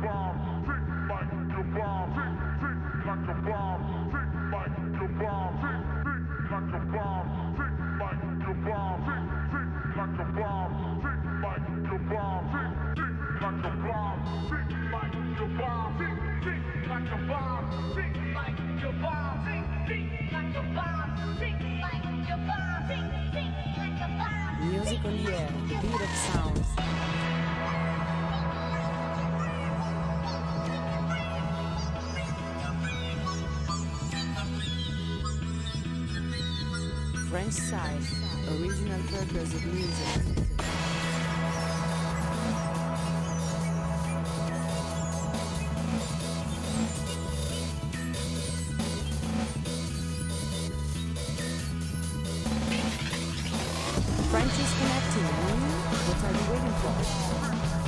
Music on the air, the beat of sounds. French side, original purpose of music. French is connecting. What are you waiting for?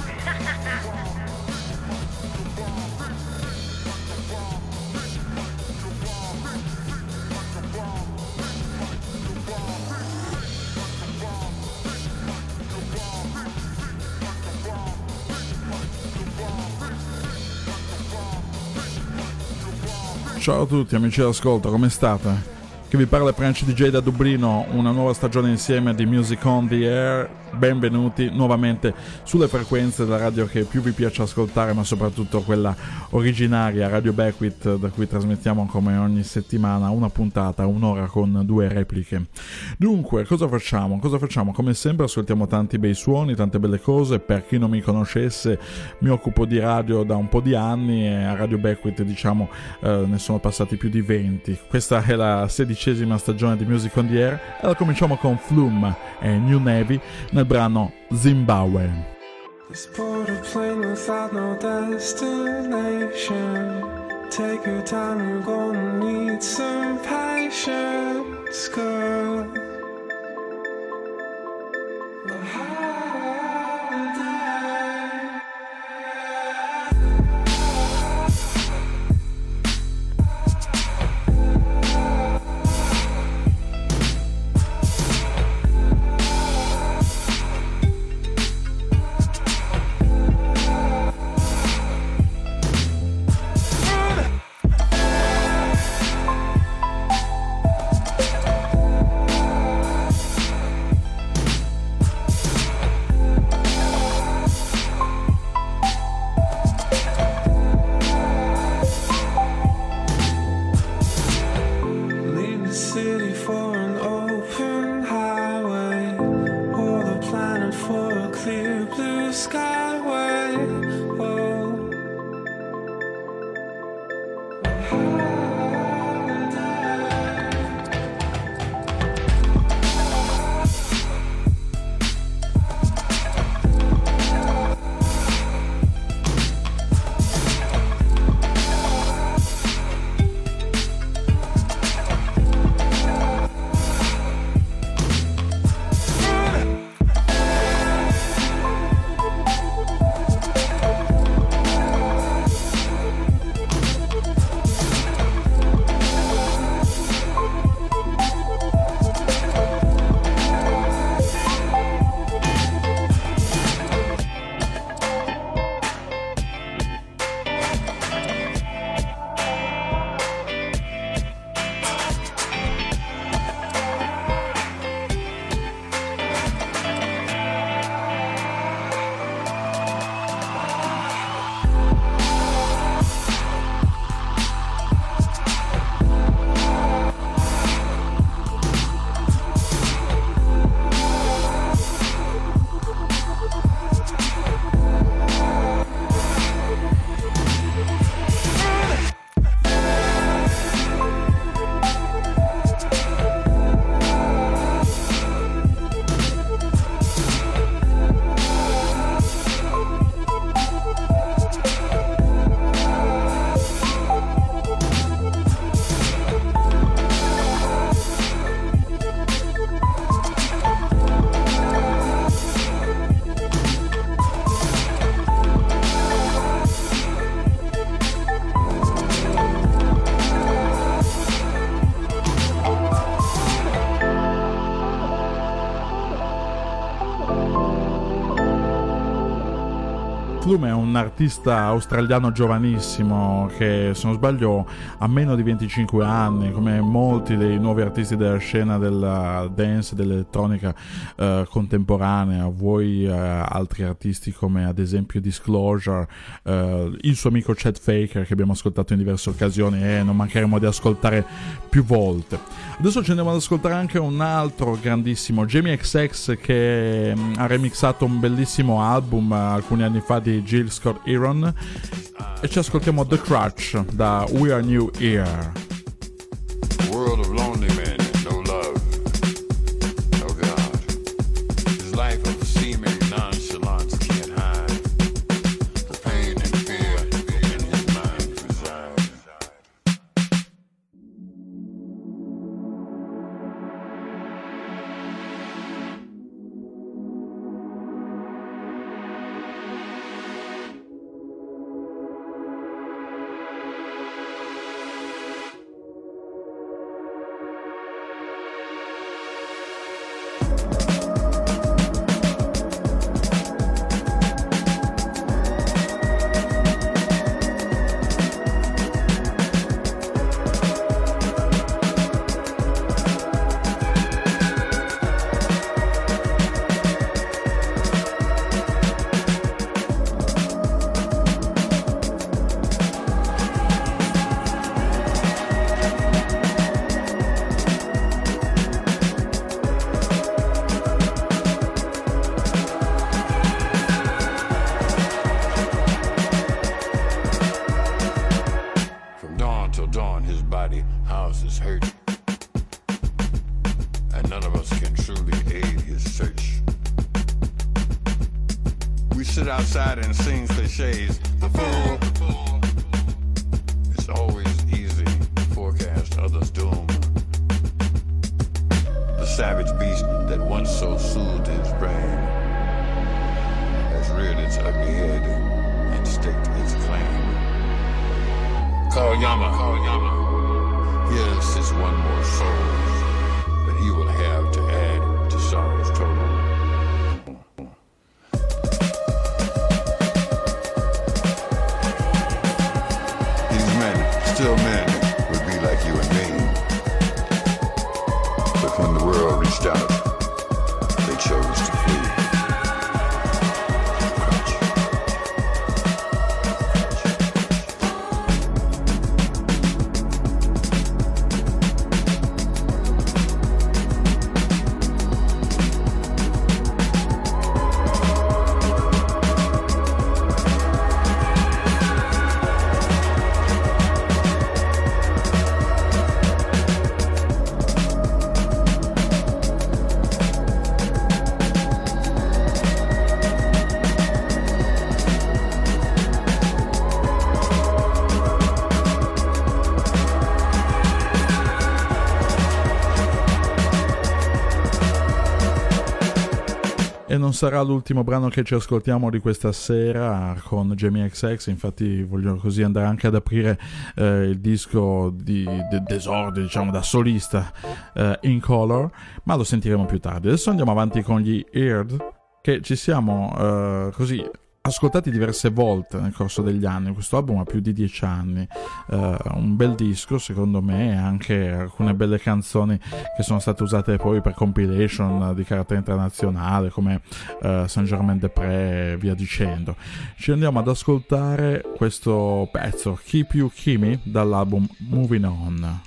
Ciao a tutti amici d'ascolto, come state? Che vi parla French DJ da Dublino, una nuova stagione insieme di Music on the Air. Benvenuti nuovamente sulle frequenze della radio che più vi piace ascoltare, ma soprattutto quella originaria, Radio Beckwith, da cui trasmettiamo come ogni settimana una puntata, un'ora con 2 repliche. Dunque, cosa facciamo? Come sempre ascoltiamo tanti bei suoni, tante belle cose. Per chi non mi conoscesse, mi occupo di radio da un po' di anni e a Radio Beckwith, diciamo, ne sono passati più di 20. Questa è la 16ª stagione di Music on the Air e la cominciamo con Flume e New Navy nel brano Zimbabwe. This border plane without no destination. Take your time, you're gonna need some patience, girl. un artista australiano giovanissimo che, se non sbaglio, ha meno di 25 anni, come molti dei nuovi artisti della scena della dance e dell'elettronica contemporanea, vuoi altri artisti come ad esempio Disclosure, il suo amico Chet Faker che abbiamo ascoltato in diverse occasioni e non mancheremo di ascoltare più volte. Adesso ci andiamo ad ascoltare anche un altro grandissimo, Jamie XX, che ha remixato un bellissimo album alcuni anni fa di Jill Scott Heron, e ci ascoltiamo The Crutch da We Are New Here. World of lonely men, no love, no God. His life of seeming nonchalance can't hide the pain and fear in his mind reside. Outside and sing cliches. The fool. It's always easy to forecast others' doom. The savage beast that once so soothed his brain has reared its ugly head and staked its claim. Call Yama. Yes, it's one more soul that he will have to add to sorrow's total. Still men would be like you and me. But when the world reached out, they chose to flee. Non sarà l'ultimo brano che ci ascoltiamo di questa sera con Jamie XX, infatti voglio così andare anche ad aprire il disco d'esordio, diciamo da solista, In Color, ma lo sentiremo più tardi. Adesso andiamo avanti con gli Eard, che ci siamo così ascoltati diverse volte nel corso degli anni. Questo album ha più di 10 anni, un bel disco secondo me, e anche alcune belle canzoni che sono state usate poi per compilation di carattere internazionale come Saint-Germain-des-Prés e via dicendo. Ci andiamo ad ascoltare questo pezzo, Keep You Kimmy, dall'album Moving On.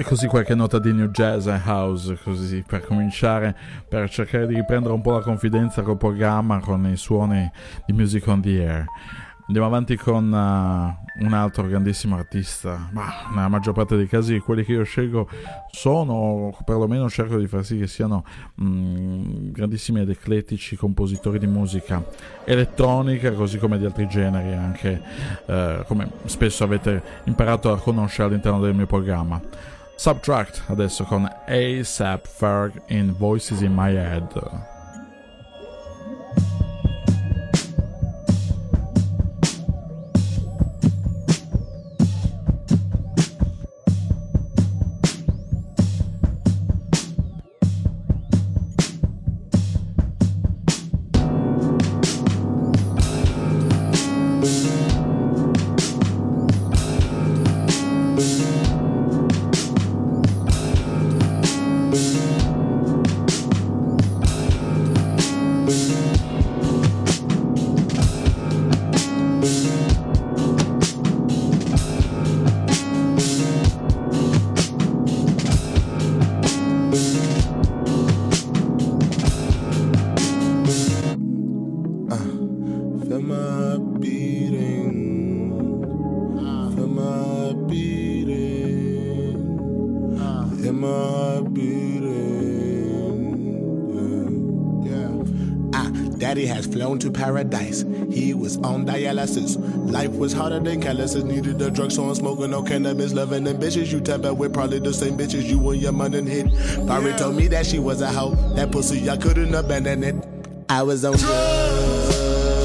E così qualche nota di new jazz e house, così per cominciare, per cercare di riprendere un po' la confidenza col programma, con i suoni di Music on the Air. Andiamo avanti con un altro grandissimo artista, ma nella maggior parte dei casi quelli che io scelgo sono, o perlomeno cerco di far sì che siano grandissimi ed eclettici compositori di musica elettronica, così come di altri generi, anche come spesso avete imparato a conoscere all'interno del mio programma. Subtract adesso con A$AP Ferg in Voices in My Head. Daddy has flown to paradise. He was on dialysis. Life was harder than calluses. Needed the drugs, so I'm smoking no cannabis. Loving them bitches you tap out with, probably the same bitches you and your mother hit. Barry told me that she was a hoe. That pussy, I couldn't abandon it. I was on drugs.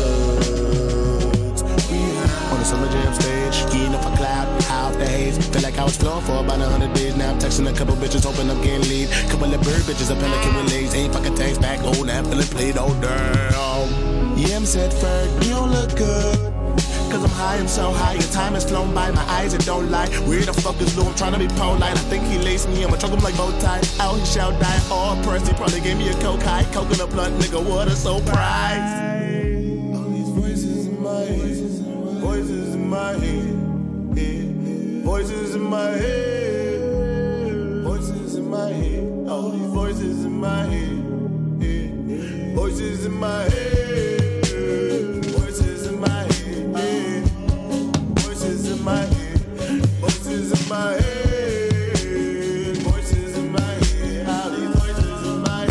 On the Summer Jam stage, skiing up a cloud, high off the haze. Feel like I was flowing for about 100 days. Now I'm texting a couple bitches, hoping I'm getting laid. Couple of bird bitches, a pelican with legs. Ain't fucking tanks back, oh, now I'm feeling played, oh damn. Yeah, I'm said Ferg, you don't look good. Cause I'm high and so high, your time has flown by, my eyes it don't lie. Where the fuck is Lou? I'm trying to be polite. I think he laced me, I'ma choke him like bow tie. Out he shall die, all pressed, he probably gave me a coke high. Coconut blunt, nigga, what a surprise. All these voices in my head, voices in my head, yeah. Voices in my head, voices in my head. All these voices in my head, yeah. Voices in my head. My head, voices in my head, voices in my head, all these voices in my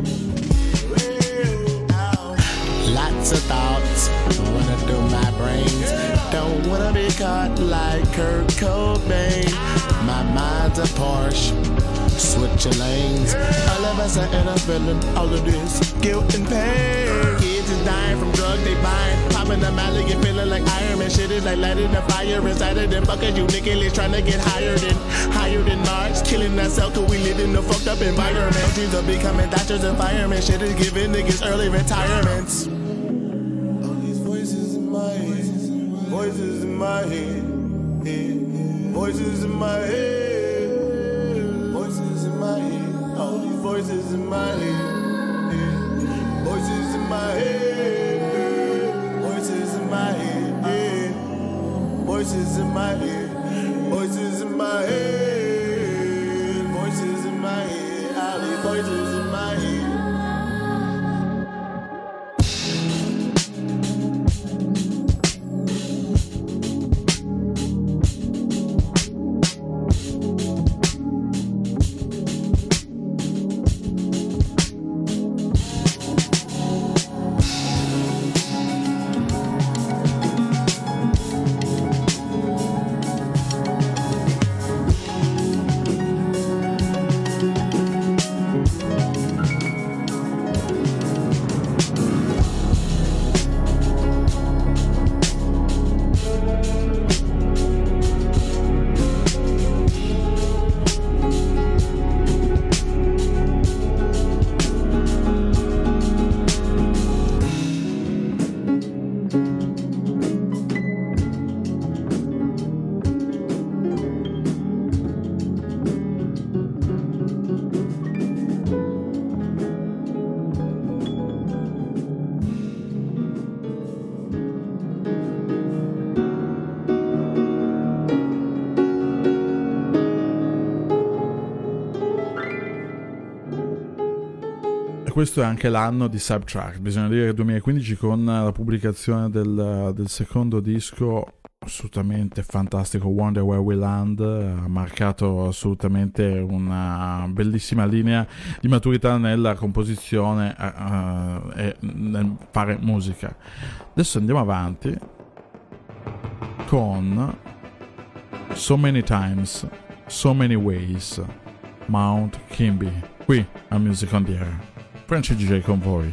head. Lots of thoughts running through my brains. Don't wanna be caught like Kurt Cobain. My mind's a Porsche, switching lanes. All of us are in a feeling all of this guilt and pain. Kids is dying from drugs they buying. Popping the alley, you feeling like Iron Man. Shit is like lighting a fire inside of them buckets. You niggas trying to get higher than Mars. Killing ourselves cause we live in a fucked up environment. Dreams of becoming doctors and firemen. Shit is giving niggas early retirements. All these voices in my head, voices in my head, yeah. Voices in my head, voices in my head. All these voices in my head, yeah. Voices in my head, voices in my head, yeah. Voices in my head, voices in my head, voices in my head, all these voices in my head. questo è anche l'anno di Subtract, bisogna dire che 2015 con la pubblicazione del secondo disco assolutamente fantastico, Wonder Where We Land, ha marcato assolutamente una bellissima linea di maturità nella composizione e nel fare musica. Adesso andiamo avanti con So Many Times, So Many Ways, Mount Kimby, qui a Music on the Air. French DJ con voi.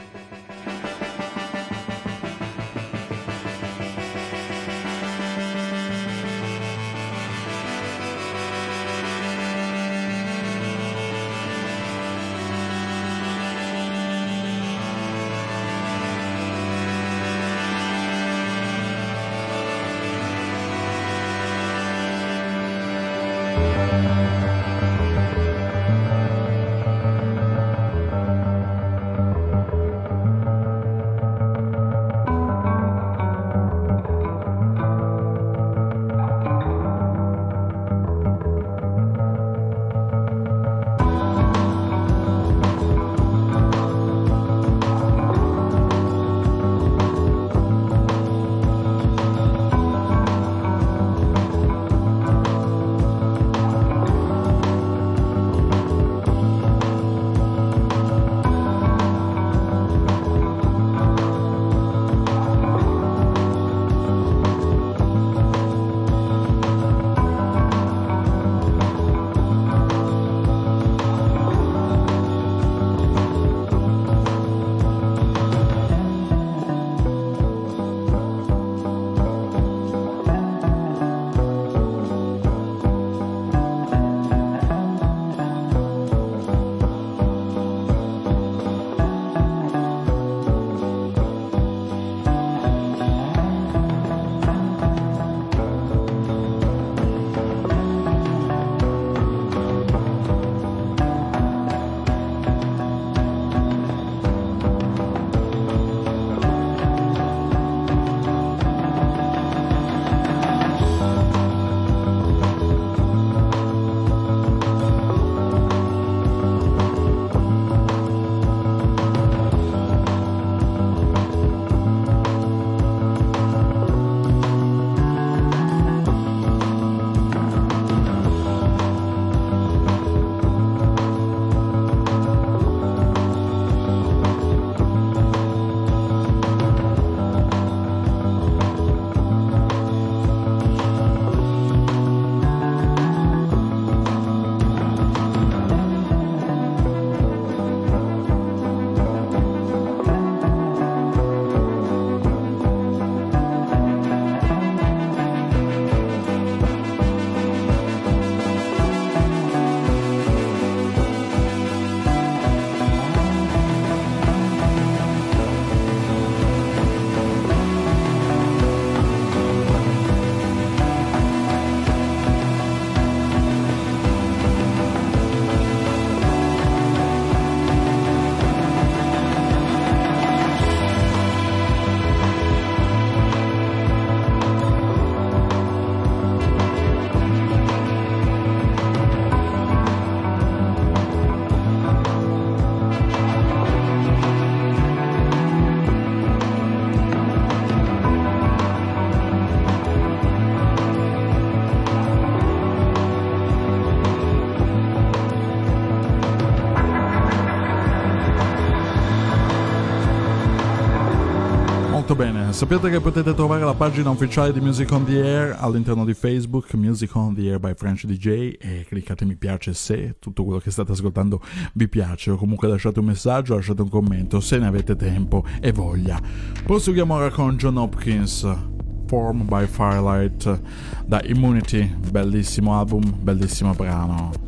Molto bene, sapete che potete trovare la pagina ufficiale di Music on the Air all'interno di Facebook, Music on the Air by French DJ, e cliccate mi piace se tutto quello che state ascoltando vi piace, o comunque lasciate un messaggio, lasciate un commento se ne avete tempo e voglia. Proseguiamo ora con John Hopkins, Form by Firelight da Immunity, bellissimo album, bellissimo brano.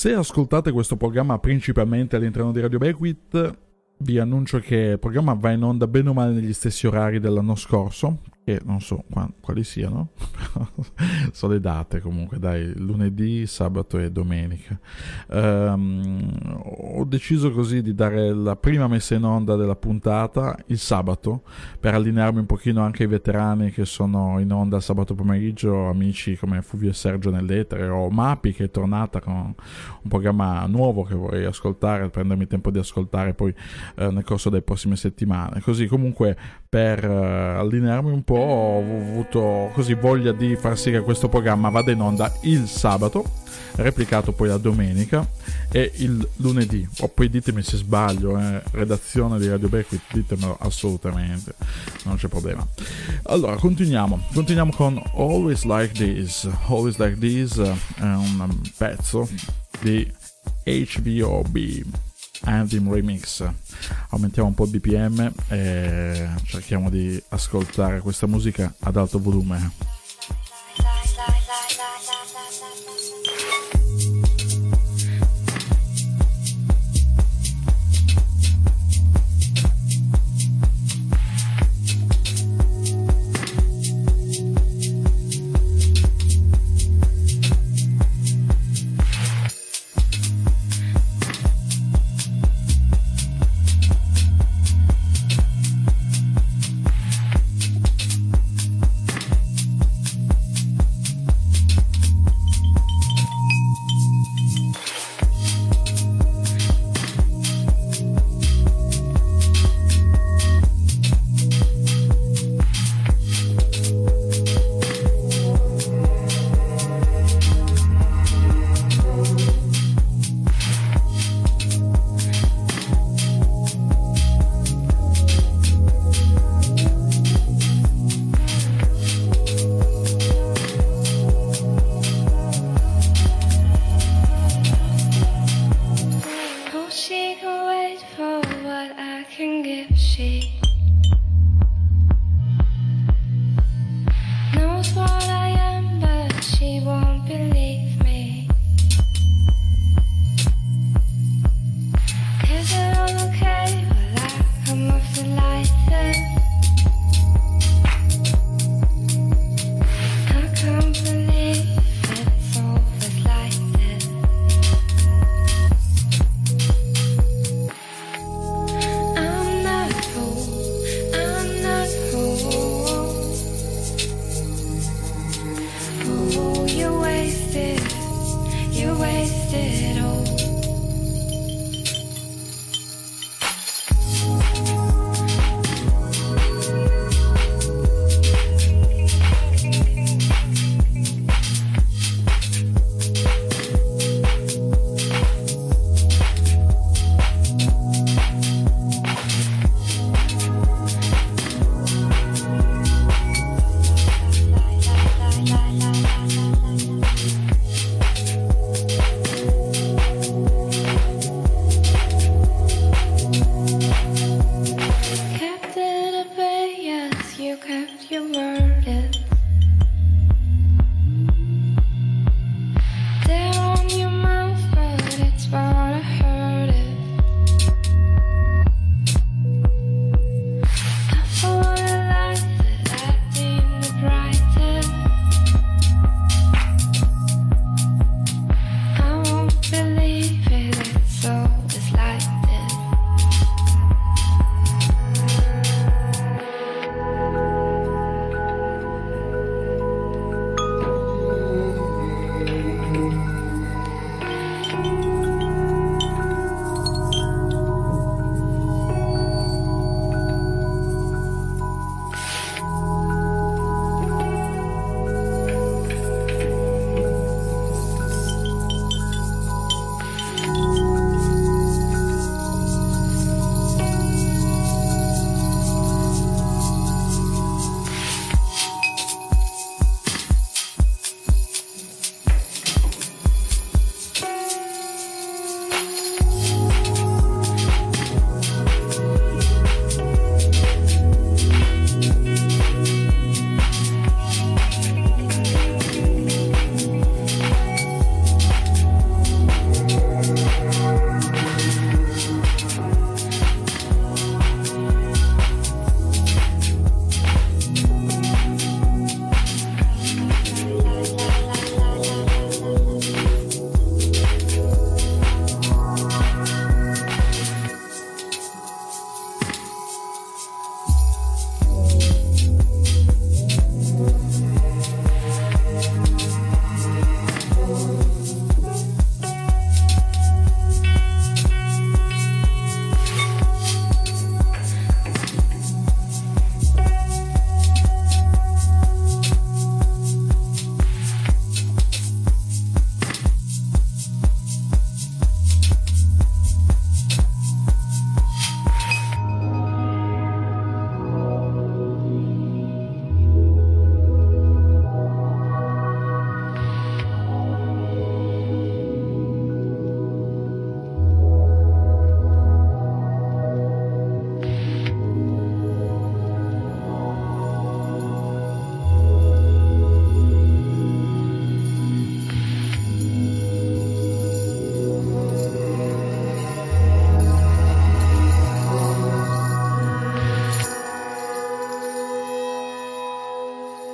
Se ascoltate questo programma principalmente all'interno di Radio Beckwith, vi annuncio che il programma va in onda bene o male negli stessi orari dell'anno scorso, che non so quali siano, so le date comunque, dai, lunedì, sabato e domenica. Ho deciso così di dare la prima messa in onda della puntata il sabato, per allinearmi un pochino anche ai veterani che sono in onda sabato pomeriggio, amici come Fulvio e Sergio nell'etere, o Mapi che è tornata con un programma nuovo che vorrei ascoltare, prendermi tempo di ascoltare poi nel corso delle prossime settimane. Così comunque per allinearmi un po' ho avuto così voglia di far sì che questo programma vada in onda il sabato, replicato poi la domenica e il lunedì. O poi ditemi se sbaglio, redazione di Radio Beckwith, ditemelo assolutamente, non c'è problema. Allora continuiamo con Always Like This. Always Like This è un pezzo di HBOB Anthem Remix. Aumentiamo un po' il BPM e cerchiamo di ascoltare questa musica ad alto volume.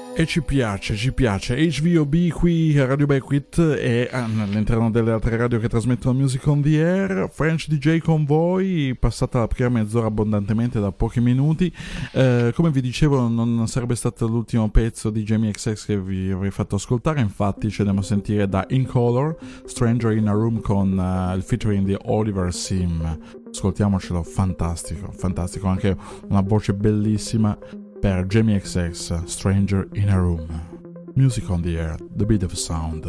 E ci piace. HVOB qui a Radio Becquith e all'interno delle altre radio che trasmettono Music on the Air. French DJ con voi, passata la prima mezz'ora abbondantemente da pochi minuti. Come vi dicevo, non sarebbe stato l'ultimo pezzo di Jamie XX che vi avrei fatto ascoltare, infatti ci andiamo a sentire da In Color, Stranger in a Room con il featuring di Oliver Sim. Ascoltiamocelo, fantastico, anche una voce bellissima per Jamie XX, Stranger in a Room. Music on the Air, the beat of sound.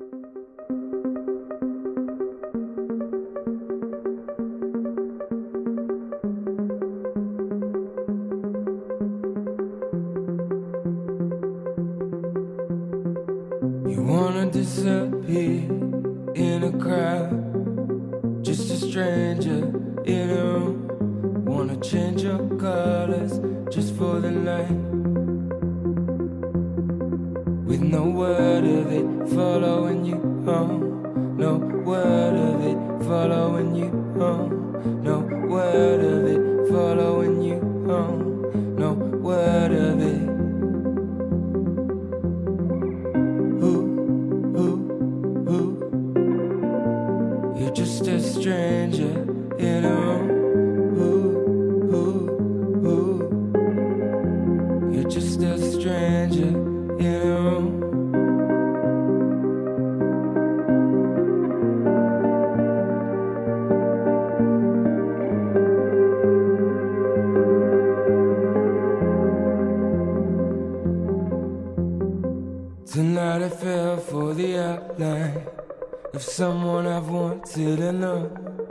You wanna disappear in a crowd, just a stranger in a room. Wanna change your colors just for the night, with no word of it following you home. No word of it following you home. No word of it following you home. No word of it. You're just a stranger in a room. You're just a stranger in a room. Tonight I fell for the outline of someone I've wanted to know.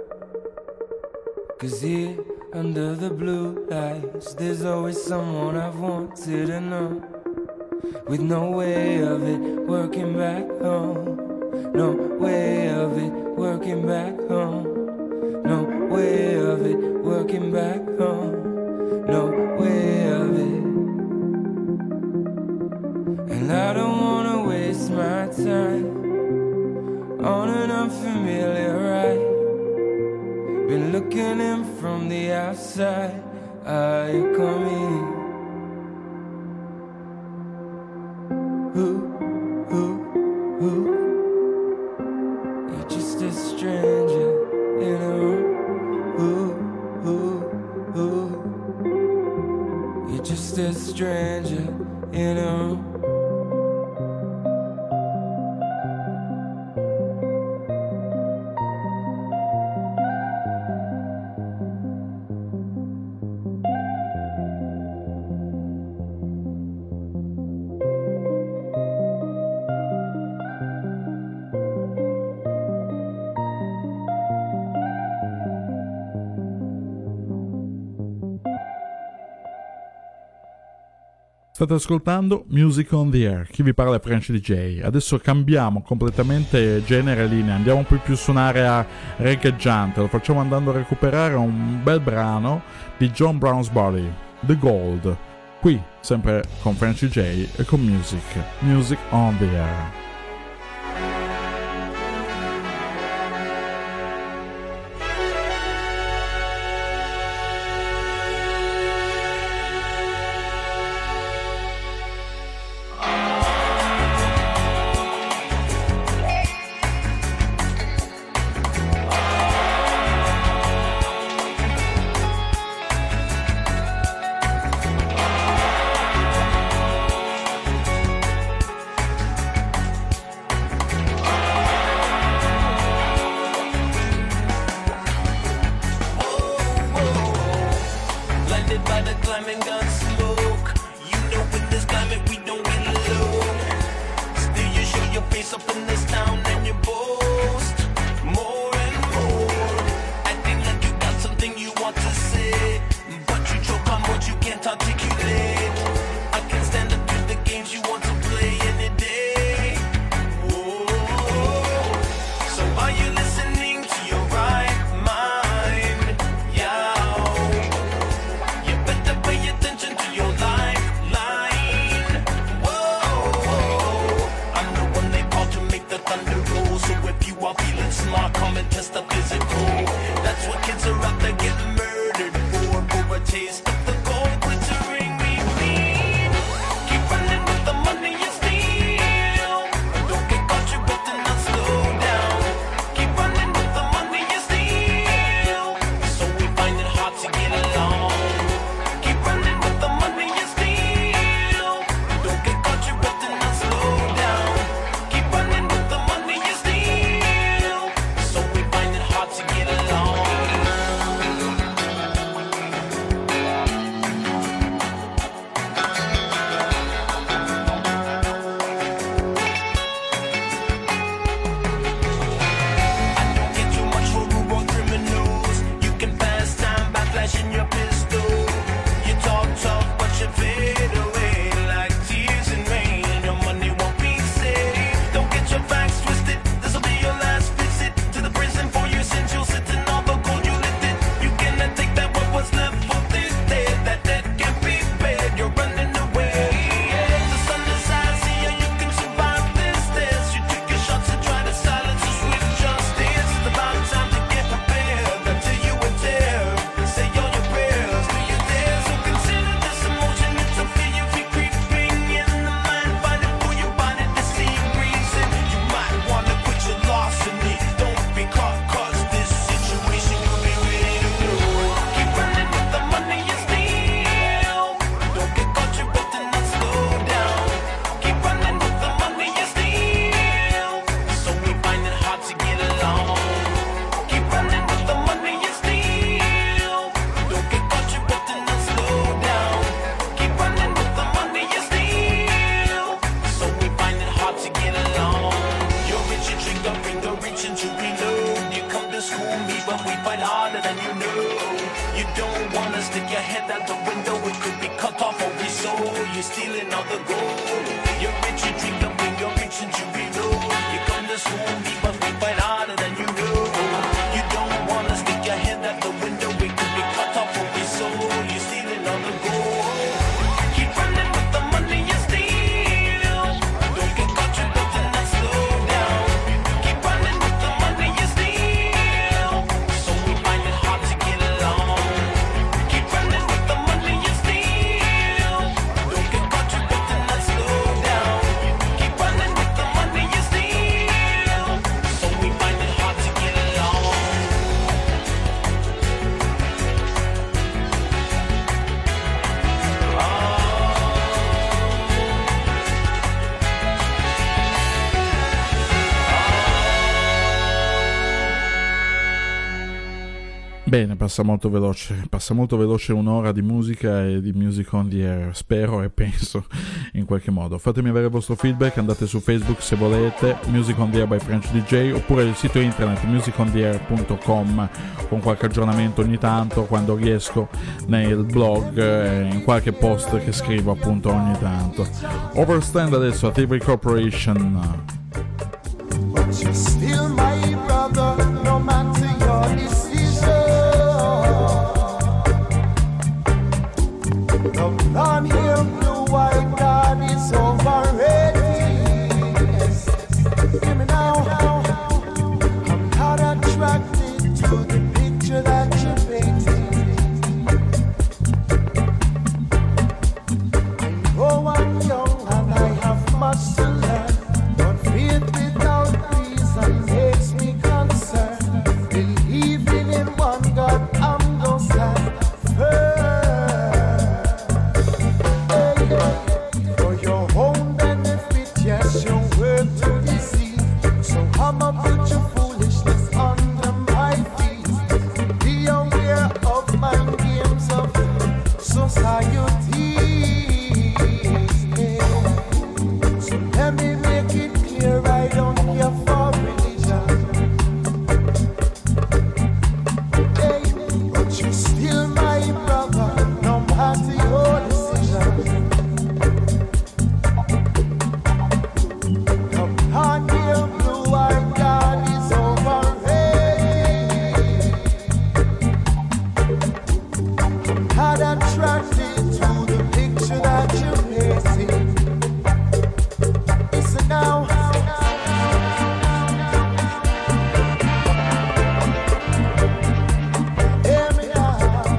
'Cause here under the blue lights there's always someone I've wanted to know, with no way of it working back home. No way of it working back home. No way of it working back home. No way of it. And I don't wanna waste my time on an unfamiliar ride. Been looking in from the outside. Are you coming? You're just a stranger in a room. You're just a stranger in a room. State ascoltando Music on the Air, chi vi parla è French DJ. Adesso cambiamo completamente genere e linea, andiamo un po' più su un'area reggaeggiante, lo facciamo andando a recuperare un bel brano di John Brown's Body, The Gold, qui sempre con French DJ e con Music on the Air. you're stealing all the gold. You're rich and drink up and you're rich and you reload. You come to school, we must be fight harder than you know. You don't wanna stick your head out the window, we could be cut off what we sold. You're stealing all the gold. Keep running with the money you steal. Don't get caught, you better not slow down. Keep running with the money you steal. So we find it hard to get along. Keep running with the money you steal. Don't get caught, you better not slow down. Keep running with the money you steal. So we find it hard to get along. Bene, passa molto veloce un'ora di musica e di Music on the Air, spero e penso in qualche modo. Fatemi avere il vostro feedback, andate su Facebook se volete, Music on the Air by French DJ, oppure il sito internet musicontheair.com con qualche aggiornamento ogni tanto, quando riesco, nel blog, in qualche post che scrivo appunto ogni tanto. Overstand adesso a Thievery Corporation. But you're still my brother, no matter your decision. The blonde hair, blue white God is overrated. Hear me now. I'm not attracted to the picture that you're painting. I know I'm young and I have much to learn, but faith without reason makes me concerned. Believing in one God, I'm gonna stand firm. For your own benefit, yes, you work to deceive. So I'ma put your foolishness under my feet. Be aware of mind games of society. So let me make it clear, I don't care for religion. Hey, but you're still my brother, no matter your decision. The blonde hair, blue eyed God is overrated. I'm not attracted to the picture that you're painting. Listen now. Hear me now.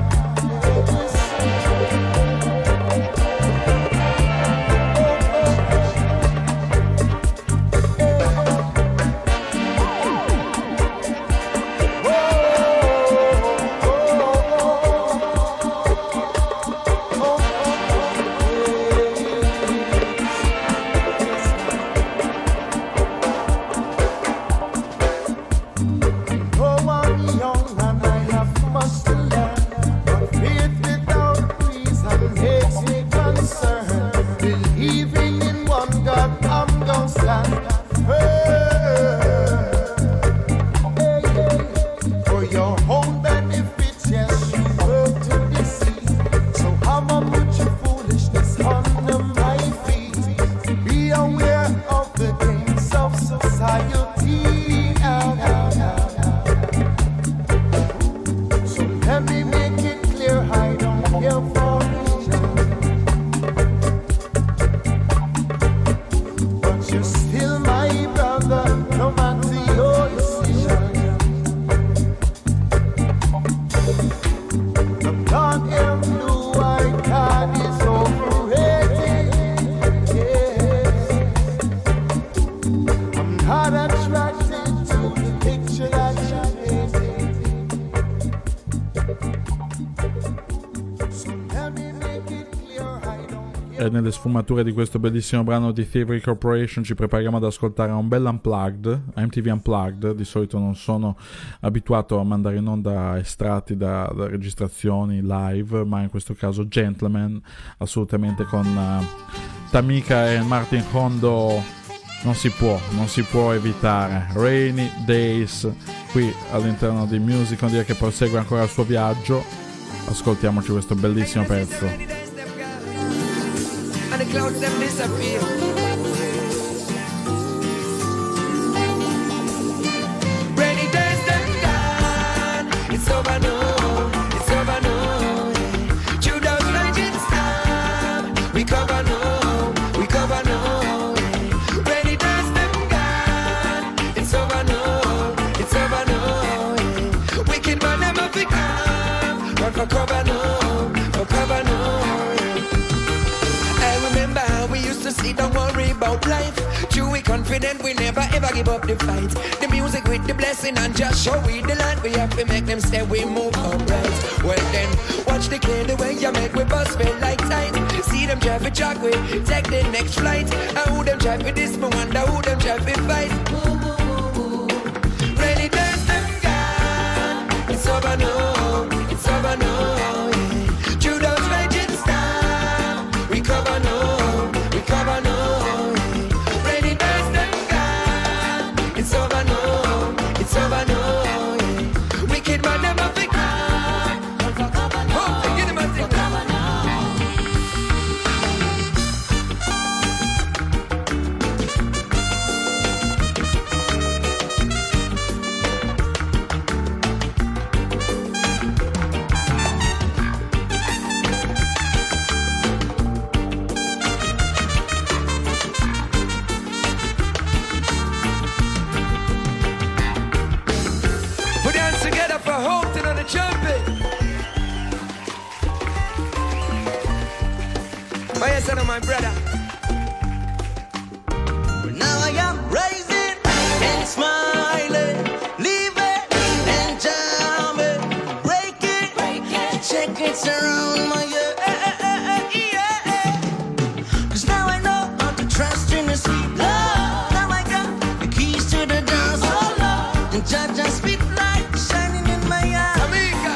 Oh, I'm young and I have much to learn, but faith without reason makes me concerned. Believing in one God, I'm gonna stand firm. For your own benefit, yes, you work to deceive. So I'ma put your foolishness under my feet. Be aware of the games of society. So let me make it clear, I don't care for religion. But you're still my brother, no matter your decision. The blonde hair, blue eyed God is overrated. Yes. I'm not attracted to the picture that you're painting. So let me make it clear, I don't care. E nelle sfumature di questo bellissimo brano di Thievery Corporation ci prepariamo ad ascoltare un bel Unplugged, MTV Unplugged. Di solito non sono abituato a mandare in onda estratti da registrazioni live, ma in questo caso Gentleman, assolutamente con Tamika e Martin Hondo. Non si può evitare. Rainy Days, qui all'interno di Music on the Air, che prosegue ancora il suo viaggio. Ascoltiamoci questo bellissimo pezzo. And the clouds them disappear. Rainy days them gone, it's over now, it's over now. 2019 storm, we cover now, we cover now. Rainy days them gone, it's over now, it's over now. Wicked man them have become, run for cover now, for cover now. I remember how we used to sit and worry about life. True, we confident we never ever give up the fight. The music with the blessing and just show we the light. We have to make them say we move upright. Well then, watch the kid the way you make we bust feel like tight. See them drive a truck, we take the next flight. And who them drive for this, me wonder who them drive for fight. Rainy days them gone, it's over now, it's over now. True, those raging storm, we cover now, we cover now. Rainy days them gone, it's over now, it's over now. Wicked man them have become, oh, get him a thing. Put your hands together for Houghton on the trumpet. Oh yes, I know my brother. Now I am rising and smiling, leaving and jamming, breaking, check it around my ear. Cause now I know how to trust in the sweet love. Now I got the keys to the dance hall, and Jaja speak light shining in my eyes. Amiga.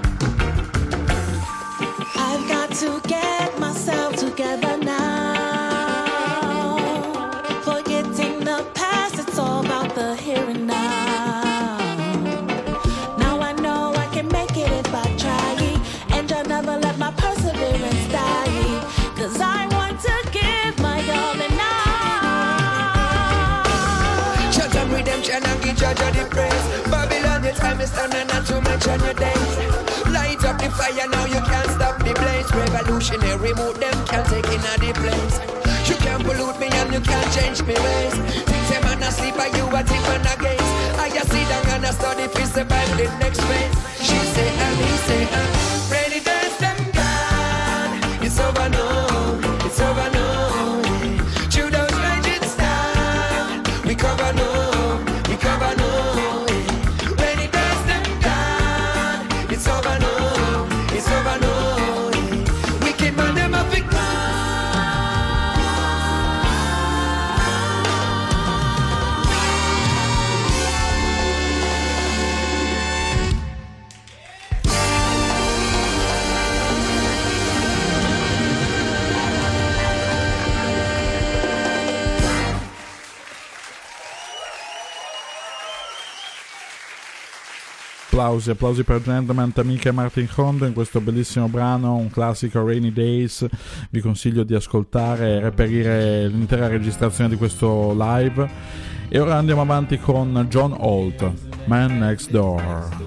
I've got to get myself together now. Forgetting the past, it's all about the here and now. Now I know I can make it if I try. And I'll never let my perseverance die. Cause I want to give my all and now. Shut up redemption and give Jaja the praise. Babylon, your time is done and not to mention your days. Light up the fire, now you can't stop the blaze. Revolutionary mood, them can't take in the place. You can't pollute me and you can't change me ways. Think them man asleep and you a think man against. I just sit down and I study to survive the next phase. She say and he say rainy days them gone, it's over now, it's over now. Through those raging storm, we cover now, we cover now. Rainy days them gone, it's over now, it's over now. Wicked man them a big Applausi per Gentleman, Tamika e Martin Hondo in questo bellissimo brano, un classico Rainy Days. Vi consiglio di ascoltare e reperire l'intera registrazione di questo live. E ora andiamo avanti con John Holt, Man Next Door.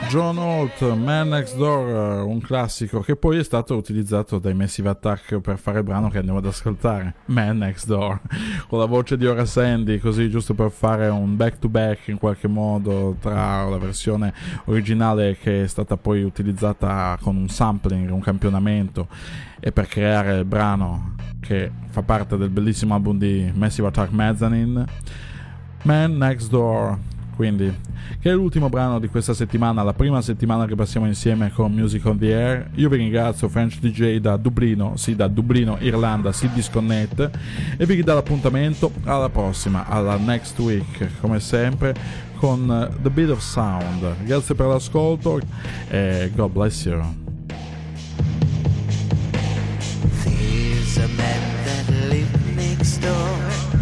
John Holt, Man Next Door, un classico che poi è stato utilizzato dai Massive Attack per fare il brano che andiamo ad ascoltare, Man Next Door, con la voce di Horace Andy, così giusto per fare un back to back in qualche modo tra la versione originale che è stata poi utilizzata con un sampling, un campionamento, e per creare il brano che fa parte del bellissimo album di Massive Attack Mezzanine, Man Next Door. Quindi, che è l'ultimo brano di questa settimana, la prima settimana che passiamo insieme con Music on the Air. Io vi ringrazio, French DJ da Dublino, sì, da Dublino, Irlanda, si disconnette, e vi ridà l'appuntamento alla prossima, alla next week, come sempre, con The Beat of Sound. Grazie per l'ascolto e God bless you. There's a man that lives next door.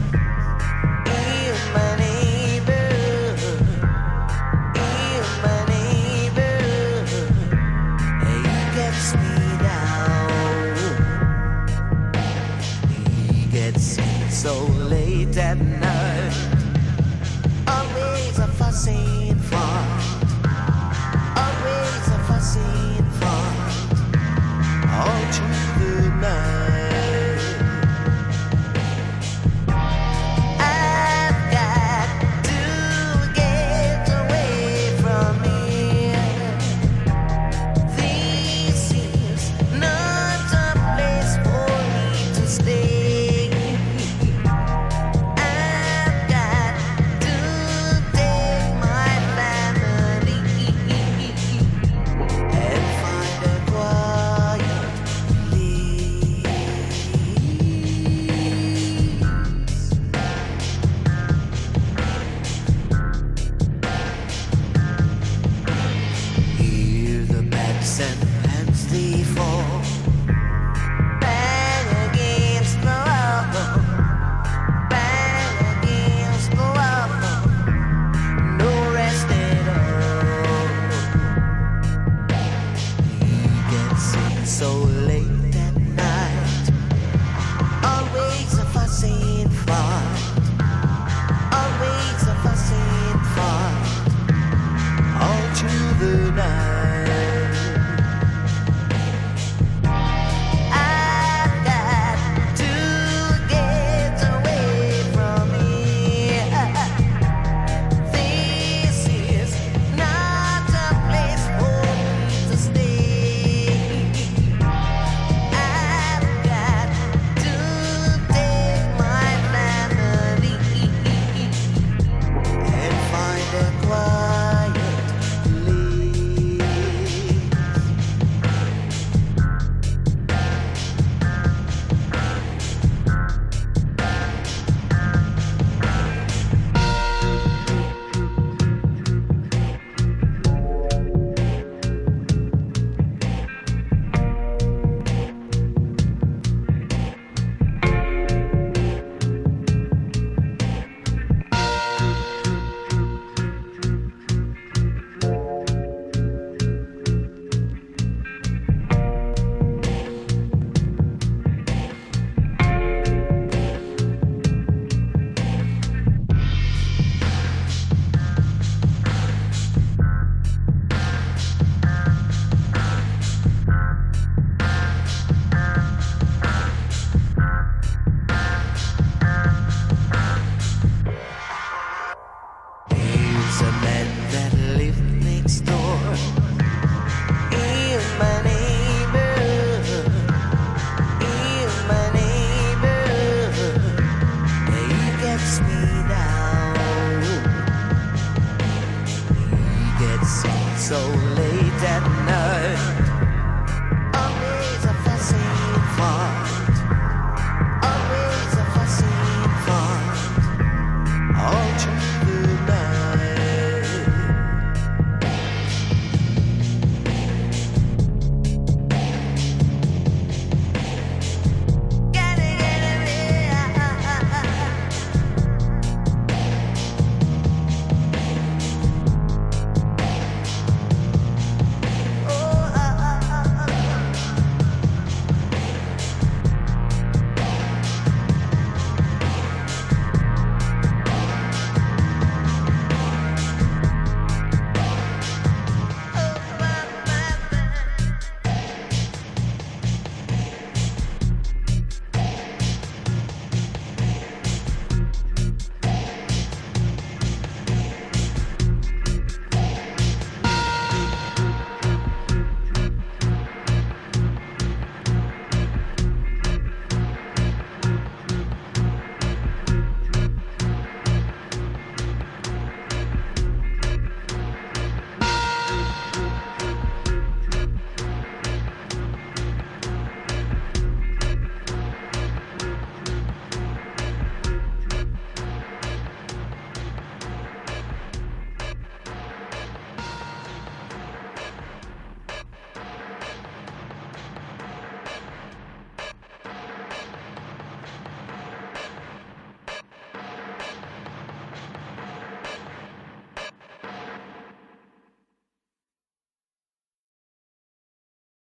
So late at night, always a fussy and fun, always a fussy and fun, all through the night. I've got to get away from here. This is not a place for me to stay. So late at night.